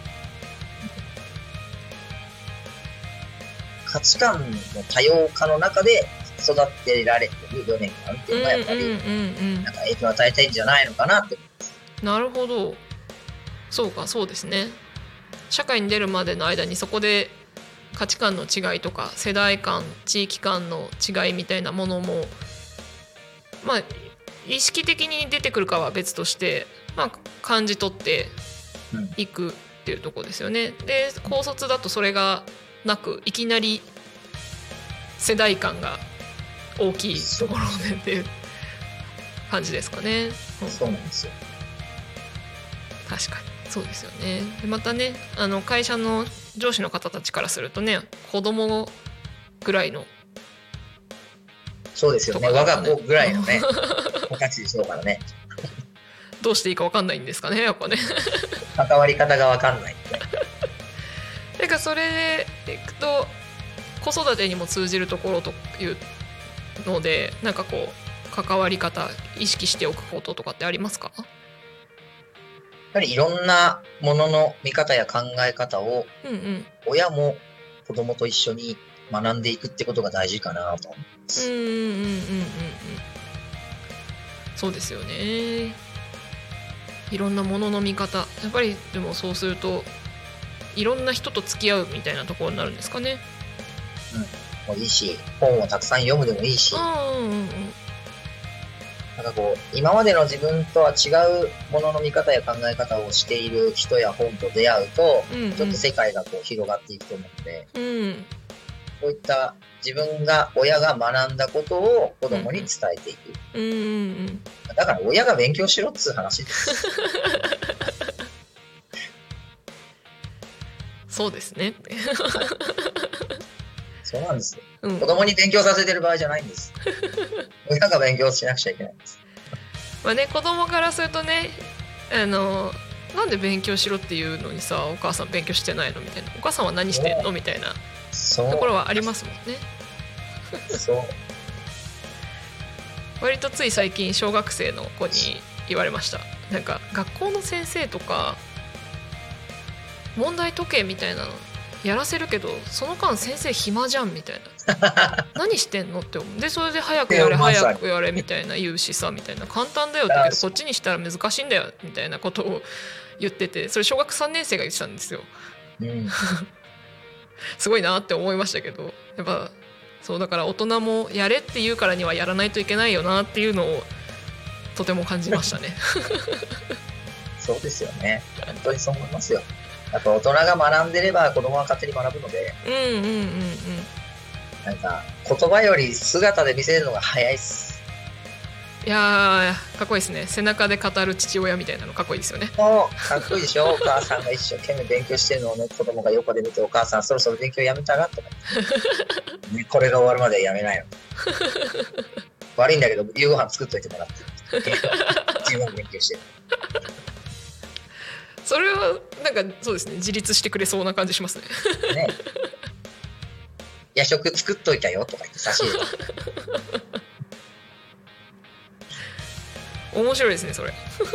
価値観の多様化の中で育てられてる4年間っていうのがやっぱり、なんか影響を与えたいんじゃないのかなって思います。 なるほど。そうですね。社会に出るまでの間にそこで価値観の違いとか世代間地域間の違いみたいなものもまあ意識的に出てくるかは別として、まあ、感じ取っていくっていうところですよね。で高卒だとそれがなくいきなり世代間が大きいところでっていう感じですかね。 そうなんですよ。 確かにそうですよね。でまたね会社の上司の方たちからするとね子供ぐらいのそうですよね。我が子ぐらいのね子たちでしょうからね。 どうしていいか分かんないんですかねやっぱね関わり方が分かんない、ね。 なんかそれでいくと子育てにも通じるところというのでなんかこう関わり方意識しておくこととかってありますか？ やはりいろんなものの見方や考え方を親も子供と一緒に学んでいくってことが大事かなと思います。 そうですよね。いろんなものの見方やっぱりでもそうするといろんな人と付き合うみたいなところになるんですかね。 もういいし本をたくさん読むでもいいし、なんかこう今までの自分とは違うものの見方や考え方をしている人や本と出会うと、ちょっと世界がこう広がっていくと思うので、こういった自分が親が学んだことを子供に伝えていく、だから親が勉強しろっつう話ですそうですねそうなんですよ、子供に勉強させてる場合じゃないんです親が勉強しなくちゃいけないんです。 まあね、子供からするとねなんで勉強しろっていうのにさお母さん勉強してないのみたいなお母さんは何してんのみたいなところはありますもんね。 そう割とつい最近小学生の子に言われました。なんか学校の先生とか問題解けみたいなのやらせるけどその間先生暇じゃんみたいな何してんのって思う。でそれで早くやれ早くやれみたいな言うしさみたいな簡単だよって言うけどこっちにしたら難しいんだよみたいなことを言ってて、それ小学3年生が言ってたんですよ、すごいなって思いましたけど、やっぱそうだから大人もやれって言うからにはやらないといけないよなっていうのをとても感じましたねそうですよね。本当にそう思いますよ。やっぱ大人が学んでれば子供は勝手に学ぶので、なんか言葉より姿で見せるのが早いっす。 いやーかっこいいですね。背中で語る父親みたいなのかっこいいですよね。 かっこいいでしょ。お母さんが一生懸命勉強してるのをね子供が横で見てお母さんそろそろ勉強やめたらとか、ね、これが終わるまでやめないよ悪いんだけど夕ご飯作っといてもらって自分勉強してるそれはなんかそうですね自立してくれそうな感じしますねね。夜食作っといたよとか言って差し入れ面白いですねそれ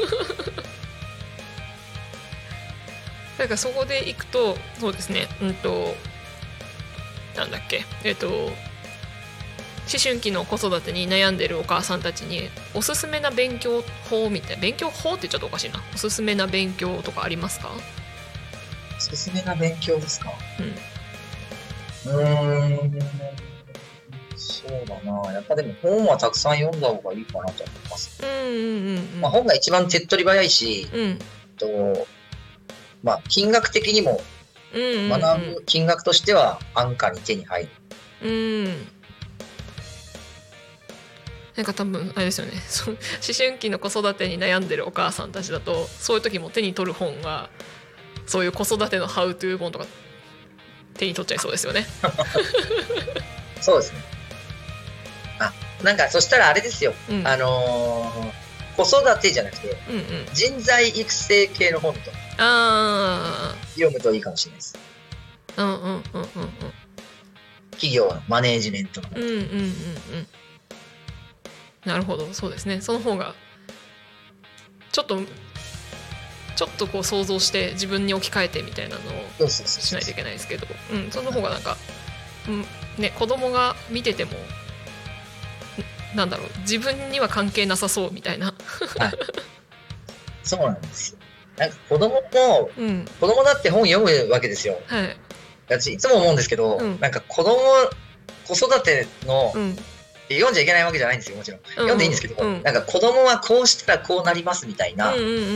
だからそこでいくとそうですねなんだっけ思春期の子育てに悩んでるお母さんたちにおすすめな勉強法みたいな、勉強法って言っちゃうとおかしいな、おすすめな勉強とかありますか？ おすすめな勉強ですか？そうだな。やっぱでも本はたくさん読んだ方がいいかなと思います。本が一番手っ取り早いし、金額的にも学ぶ金額としては安価に手に入る。 なんか多分あれですよね思春期の子育てに悩んでるお母さんたちだとそういう時も手に取る本がそういう子育てのハウトゥー本とか手に取っちゃいそうですよねそうですね。なんかそしたらあれですよ、子育てじゃなくて、人材育成系の本と読むといいかもしれないです。企業のマネージメントの本。 なるほどそうですね。その方がちょっとこう想像して自分に置き換えてみたいなのをしないといけないですけど、その方がなんか、子供が見ててもなんだろう自分には関係なさそうみたいなそうなんですよ。なんか子供だって本読むわけですよ。 私いつも思うんですけど、なんか子育ての、読んじゃいけないわけじゃないんですよ、もちろん。読んでいいんですけど、なんか子供はこうしたらこうなりますみたいな、ハ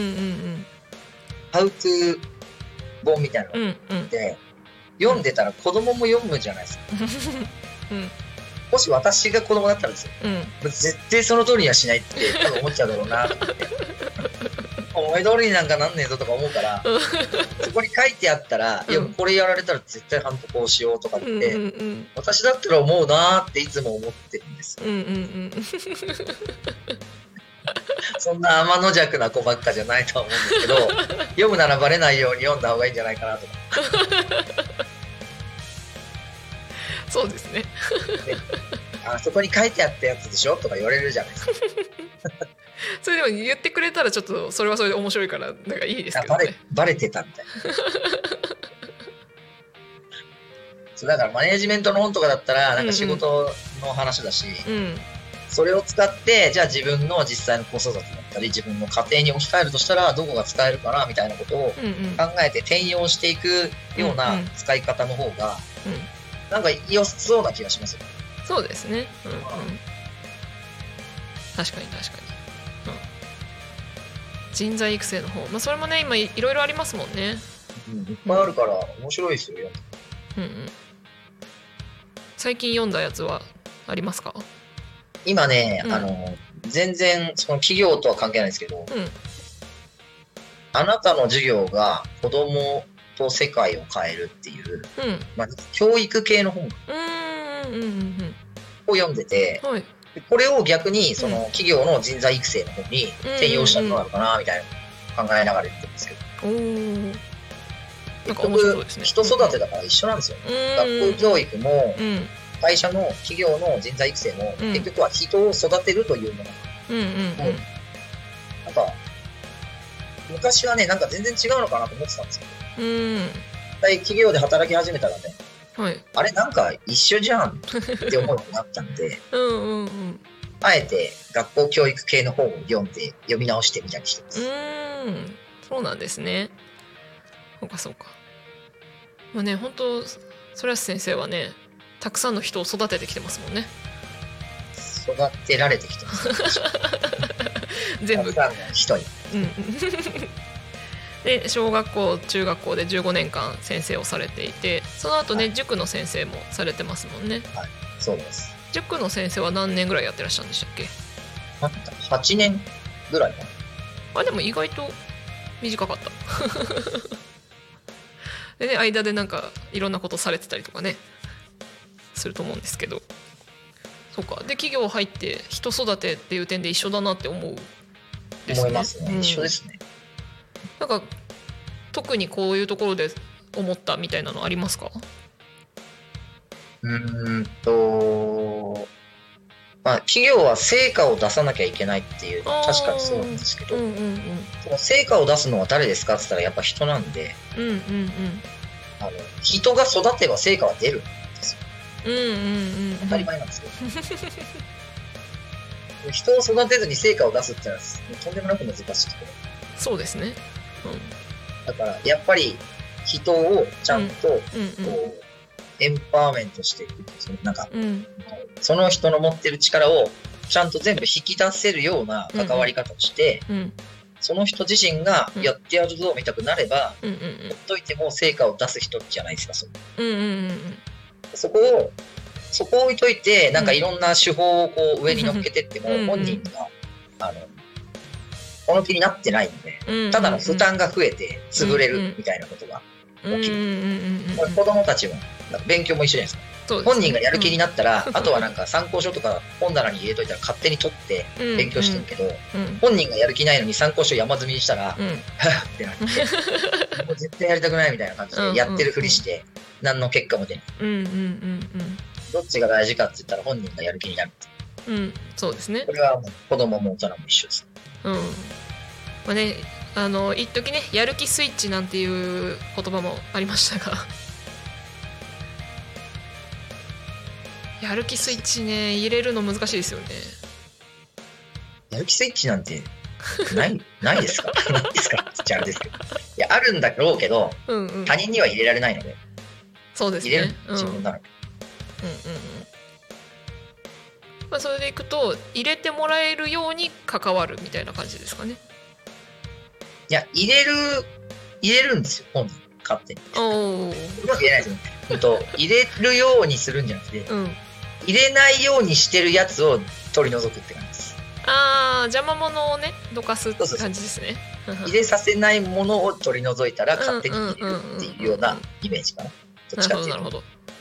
ウトゥー本みたいなので、読んでたら子供も読むじゃないですか。もし私が子供だったらですよ、絶対その通りにはしないって多分思っちゃうだろうなと思って。思い通りになんかなんねえぞとか思うから、そこに書いてあったら、いやこれやられたら絶対反こうしようとかって、私だったら思うなーっていつも思ってるんですよ。そんな天の弱な子ばっかじゃないとは思うんですけど、読むならバレないように読んだ方がいいんじゃないかなとか。 そうですね。 あそこに書いてあったやつでしょとか言われるじゃないですか。 それでも言ってくれたらちょっとそれはそれで面白いからなんかいいですけどね。 バレてたみたいな。そうだからマネージメントの本とかだったらなんか仕事の話だし、それを使ってじゃあ自分の実際の子育てだったり自分の家庭に置き換えるとしたらどこが使えるかなみたいなことを考えて転用していくような使い方の方がなんか良そうな気がしますよ。 そうですね。確かに。人材育成の方、それもね今いろいろありますもんね。 いっぱいあるから面白いですよ。 最近読んだやつはありますか？ 今ね、全然その企業とは関係ないですけど、あなたの授業が子供と世界を変えるっていう、教育系の本を読んでて、これを逆にその企業の人材育成の方に転用したらどうなるかなみたいな考えながら言ってるんですけど、結局人育てだから一緒なんですよ。学校教育も会社の企業の人材育成も結局は人を育てるというものなんか昔はねなんか全然違うのかなと思ってたんですけど、企業で働き始めたらね、あれなんか一緒じゃんって思うようになったんであえて学校教育系の本を読み直してみたりしてます。 そうなんですね。そうか。ね本当ソラヤス先生はねたくさんの人を育ててきてますもんね。 育てられてきてます全部たくさんの人に。 で小学校中学校で15年間先生をされていて、その後ね、塾の先生もされてますもんね。 そうです。 塾の先生は何年ぐらいやってらっしゃるんでしたっけ ？8年ぐらいかな。 でも意外と短かったでね間でなんかいろんなことされてたりとかねすると思うんですけど、そうか。で企業入って人育てっていう点で一緒だなって思うですね。 思いますね。一緒ですね。 なんか特にこういうところで思ったみたいなのありますか？ 企業は成果を出さなきゃいけないっていうのは確かにそうなんですけど、その成果を出すのは誰ですかって言ったらやっぱ人なんで、人が育てば成果は出るんですよ。当たり前なんですけど人を育てずに成果を出すってのはとんでもなく難しくて。 そうですね。 だからやっぱり人をちゃんとこうエンパワーメントしていくっていうなんか、その人の持ってる力をちゃんと全部引き出せるような関わり方をして、その人自身がやってやるぞみたくなれば、ほっといても成果を出す人じゃないですか。そこを置いといてなんかいろんな手法をこう上に乗っけてっても、本人がこの気になってないので、ただの負担が増えて潰れるみたいなことが起きる。子供たちも勉強も一緒じゃないですか。本人がやる気になったら、あとはなんか参考書とか本棚に入れといたら勝手に取って勉強してるけど、本人がやる気ないのに参考書山積みにしたら、はぁってなってもう絶対やりたくないみたいな感じでやってるふりして何の結果も出ない。どっちが大事かって言ったら本人がやる気になる。 そうですね。 これはもう子供も大人も一緒です。 一時ねやる気スイッチなんていう言葉もありましたがやる気スイッチね入れるの難しいですよね。 やる気スイッチなんてないですか？ないですかって言っちゃあれですけど、いやあるんだろうけど、他人には入れられないので。 そうですね。 入れる自分なの。 まあ、それでいくと入れてもらえるように関わるみたいな感じですかね。 いや、入れるんですよ、本人。勝手に。 おお。 うまく言えないですよね。入れるようにするんじゃなくて、入れないようにしてるやつを取り除くって感じです。 ああ、邪魔者をね、どかすって感じですね。 入れさせないものを取り除いたら勝手に入れるっていうようなイメージかな。どっちかっていうと。 なるほど。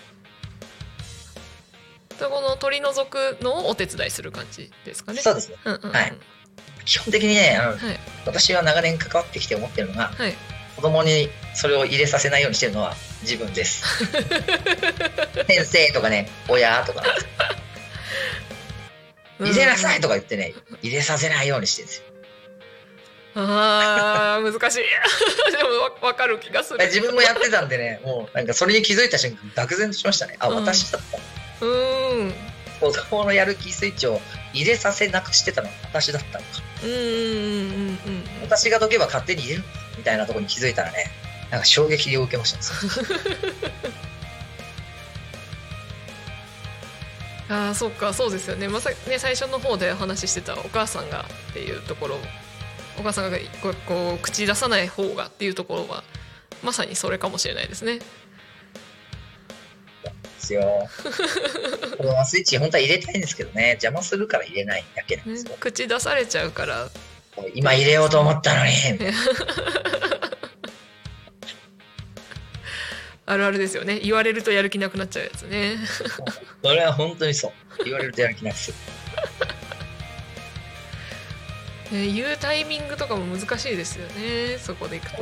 この取り除くのをお手伝いする感じですかね。 そうですね。はい。基本的にね、私は長年関わってきて思ってるのが、子供にそれを入れさせないようにしてるのは自分です。先生とかね、親とか。入れなさいとか言ってね、入れさせないようにしてるんですよ。 あー、難しい。でも分かる気がする。 自分もやってたんでね、もうなんかそれに気づいた瞬間、愕然としましたね。あ、私だった。子供のやる気スイッチを入れさせなくしてたのは私だったのか。私がどけば勝手に入れるみたいなところに気づいたらね、なんか衝撃を受けましたね。 ああ、そうか、そうですよね。まさね、最初の方でお話ししてたお母さんがっていうところ、お母さんがこう口出さない方がっていうところはまさにそれかもしれないですね。 ですよ。このスイッチ本当は入れたいんですけどね、邪魔するから入れないだけなんですよ。 口出されちゃうから。 今入れようと思ったのに。 あるあるですよね。言われるとやる気なくなっちゃうやつね。 それは本当にそう。言われるとやる気なくする。 言うタイミングとかも難しいですよね。そこでいくと。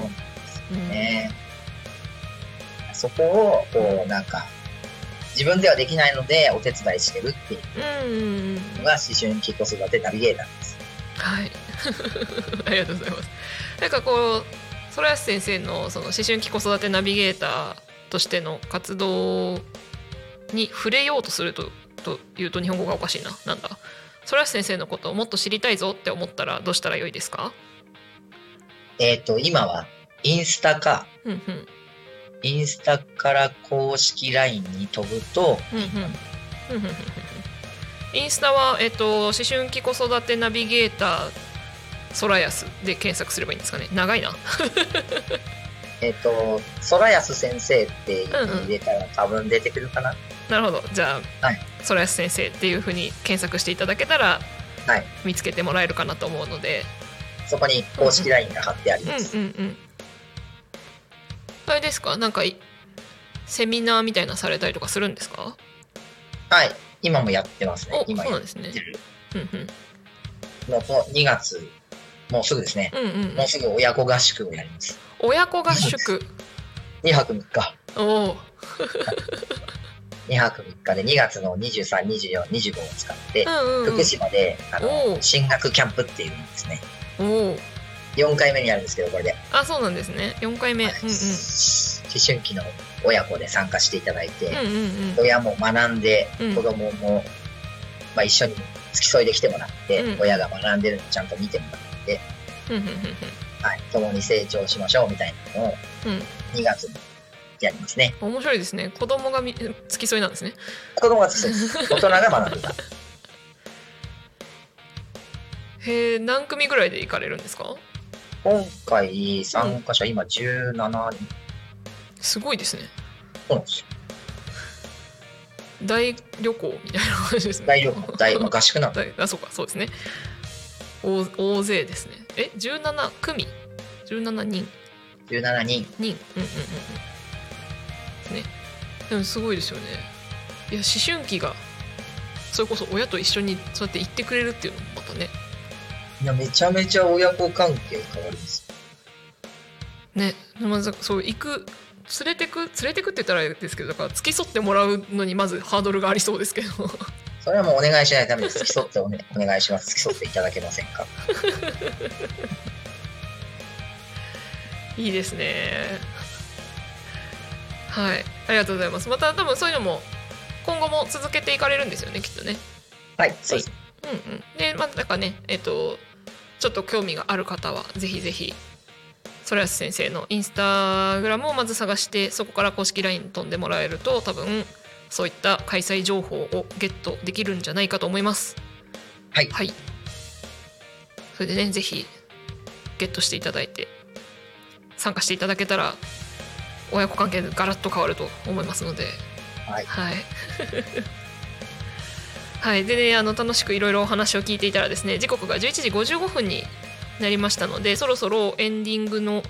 そこをこうなんか自分ではできないのでお手伝いしてるっていうのが思春期子育てナビゲーターです。 はい。ありがとうございます。なんかこう空安先生のその思春期子育てナビゲーターとしての活動に触れようとするというと日本語がおかしいな。なんだ。空安先生のことをもっと知りたいぞって思ったらどうしたらよいですか？ 今はインスタか、インスタから公式 LINE に飛ぶと、 インスタは、思春期子育てナビゲーター空安で検索すればいいんですかね。長いな。 空安先生って入れたら多分出てくるかな。 なるほど。じゃあ、空安先生っていう風に検索していただけたら、見つけてもらえるかなと思うので、 そこに公式 LINE が貼ってあります。 あれですか？なんかセミナーみたいなされたりとかするんですか？ はい、今もやってますね。今そうなんですね。 もう2月もうすぐですね。もうすぐ親子合宿をやります。 親子合宿。 2泊3日。 おお。 2泊3日で2月の23、24、25を使って、福島で進学キャンプっていうんですね。4回目になるんですけど、これで。 あ、そうなんですね。4回目。思春期の親子で参加していただいて、親も学んで、子供も、一緒に付き添いで来てもらって、親が学んでるのをちゃんと見てもらって、共に成長しましょうみたいなのを2月にやりますね。 面白いですね。子供が付き添いなんですね。 子供が付き添いです。大人が学んでた。 へえ、何組ぐらいで行かれるんですか？ 今回参加者、今17人。 すごいですね。 そうなんですよ。 大旅行みたいな感じですね。 大旅行、合宿なんで。あ、そうか、そうですね。大勢ですね。17組17人 17人ね。でもすごいですよね。いや、思春期がそれこそ親と一緒にそうやって行ってくれるっていうのもまたね。 いや、めちゃめちゃ親子関係変わりますね。まずそう連れてくって言ったらあれですけど、だから付き添ってもらうのにまずハードルがありそうですけど。 それはもうお願いしないために付き添ってお願いします。付き添っていただけませんか？ いいですね。はい、ありがとうございます。また多分そういうのも今後も続けていかれるんですよね、きっとね。 はい、そうです。 で、なんかね、ちょっと興味がある方はぜひぜひそらやす先生のインスタグラムをまず探して、そこから公式 LINE 飛んでもらえると多分そういった開催情報をゲットできるんじゃないかと思います。 はい、 はい、それでねぜひゲットしていただいて参加していただけたら親子関係ガラッと変わると思いますので、 はいはいはい、でね楽しくいろいろお話を聞いていたらですね、時刻が11時55分になりましたので、そろそろエンディングの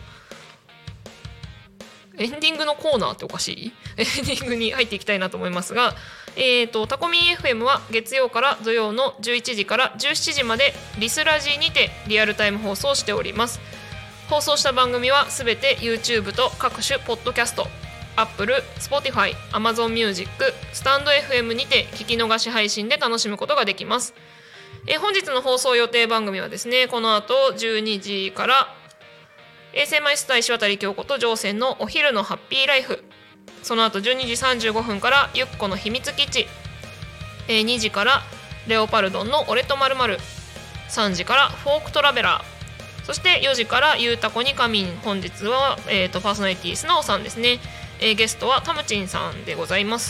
コーナーっておかしいエンディングに入っていきたいなと思いますが、タコミン FM は月曜から土曜の11時から17時までリスラジにてリアルタイム放送しております。放送した番組はすべて YouTube と各種ポッドキャスト、Apple、Spotify、Amazon Music、スタンド FM にて聞き逃し配信で楽しむことができます。本日の放送予定番組はですね、この後12時から衛星マイスター石渡京子と乗船のお昼のハッピーライフ、その後12時35分からゆっこの秘密基地、2時からレオパルドンの俺と〇〇、3時からフォークトラベラー、そして4時からゆうたこにかみん、本日は、パーソナリティスナオさんですね、ゲストはタムチンさんでございます。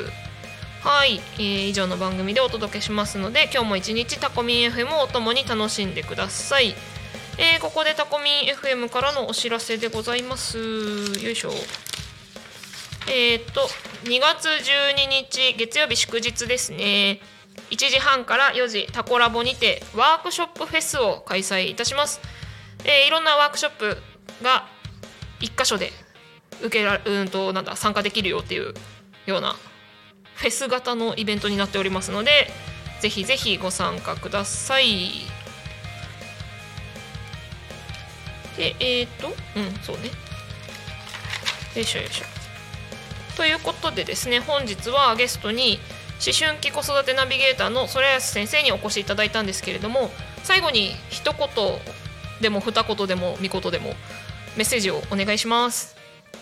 はい、以上の番組でお届けしますので、今日も一日タコミン FM をお共に楽しんでください。ここでタコミン FM からのお知らせでございます。よいしょ。2月12日月曜日祝日ですね、1時半から4時タコラボにてワークショップフェスを開催いたします。いろんなワークショップが1箇所で参加できるよっていうようなフェス型のイベントになっておりますので、ぜひぜひご参加ください。でそうね、よいしょよいしょ。ということでですね、本日はゲストに思春期子育てナビゲーターのそらやす先生にお越しいただいたんですけれども、最後に一言でも二言でも三言でもメッセージをお願いします。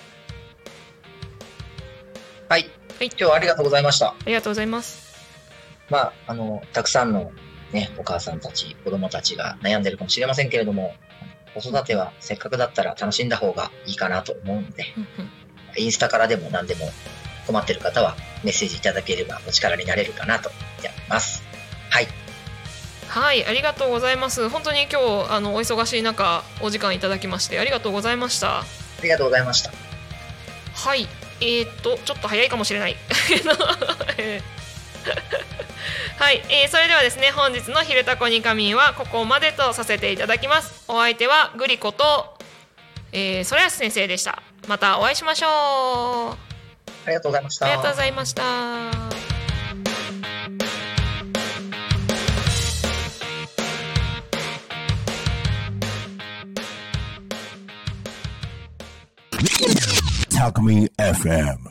はい、今日はありがとうございました。 ありがとうございます。 たくさんのね、お母さんたち、子供たちが悩んでるかもしれませんけれども、子育てはせっかくだったら楽しんだ方がいいかなと思うので、インスタからでも何でも困ってる方はメッセージいただければお力になれるかなと思います。はい。 はい、ありがとうございます。本当に今日お忙しい中お時間いただきましてありがとうございました。 ありがとうございました。 はい、ちょっと早いかもしれないはい、それではですね、本日のひるたこにかみんはここまでとさせていただきます。お相手はグリコと、そらやす先生でした。またお会いしましょう。 ありがとうございました。 ありがとうございました。 タコミン FM